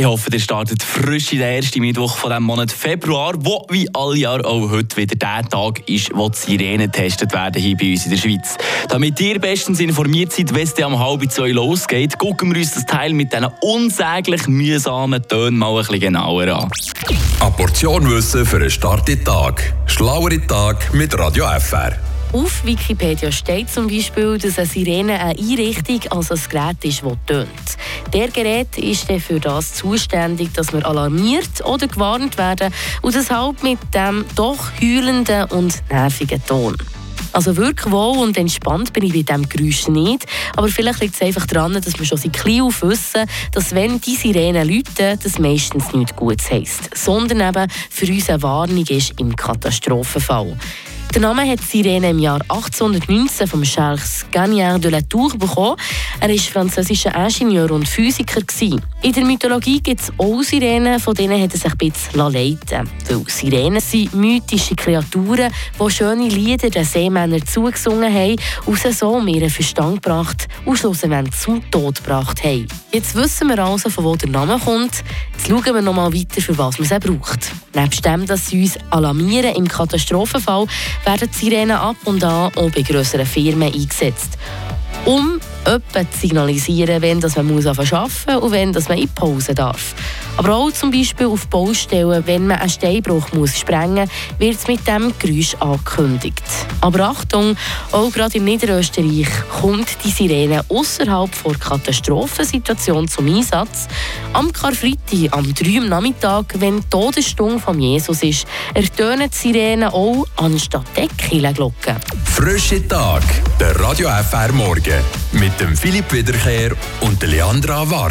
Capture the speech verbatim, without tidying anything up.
Ich hoffe, ihr startet frisch in den ersten Mittwoch von diesem Monat Februar, wo wie alle Jahre auch heute wieder der Tag ist, wo die Sirenen getestet werden hier bei uns in der Schweiz. Damit ihr bestens informiert seid, wenn es dann um halb zwei losgeht, gucken wir uns das Teil mit diesen unsäglich mühsamen Tönen mal ein bisschen genauer an. Eine Portion Wissen für einen Start in den Tag. Schlauere Tag mit Radio F R. Auf Wikipedia steht zum Beispiel, dass eine Sirene eine Einrichtung, also ein Gerät ist, das tönt. Der Gerät ist dann für das zuständig, dass wir alarmiert oder gewarnt werden und deshalb mit dem doch heulenden und nervigen Ton. Also wirklich wohl und entspannt bin ich bei diesem Geräusch nicht. Aber vielleicht liegt es einfach daran, dass wir schon seit klein auf wissen, dass wenn die Sirenen läuten, das meistens nichts Gutes heisst, sondern eben für uns eine Warnung ist im Katastrophenfall. Der Name hat die Sirene im Jahr achtzehnhundertneunzehn vom Charles Gagnère de la Tour bekommen. Er war französischer Ingenieur und Physiker. In der Mythologie gibt es auch Sirenen, von denen hat er sich ein bisschen leiten lassen. Weil Sirenen sind mythische Kreaturen, die schöne Lieder den Seemännern zugesungen haben und sie so um ihren Verstand gebracht und schlussendlich zum Tod gebracht haben. Jetzt wissen wir also, von wo der Name kommt. Jetzt schauen wir noch mal weiter, für was man sie braucht. Nebst dem, dass sie uns alarmieren im Katastrophenfall, werden die Sirenen ab und an auch bei grösseren Firmen eingesetzt, um etwa zu signalisieren, wenn man arbeiten muss und wenn man in die Pause darf. Aber auch zum Beispiel auf Baustellen, wenn man einen Steinbruch muss sprengen muss, wird es mit diesem Geräusch angekündigt. Aber Achtung, auch gerade im Niederösterreich kommt die Sirene außerhalb der Katastrophensituation zum Einsatz. Am Karfreitag, am drei Uhr am Nachmittag, wenn die Todesstunde von Jesus ist, ertönen die Sirenen auch anstatt der Kirchenglocken. Frische Tag, der Radio F R Morgen mit dem Philipp Wiederkehr und der Leandra Varga.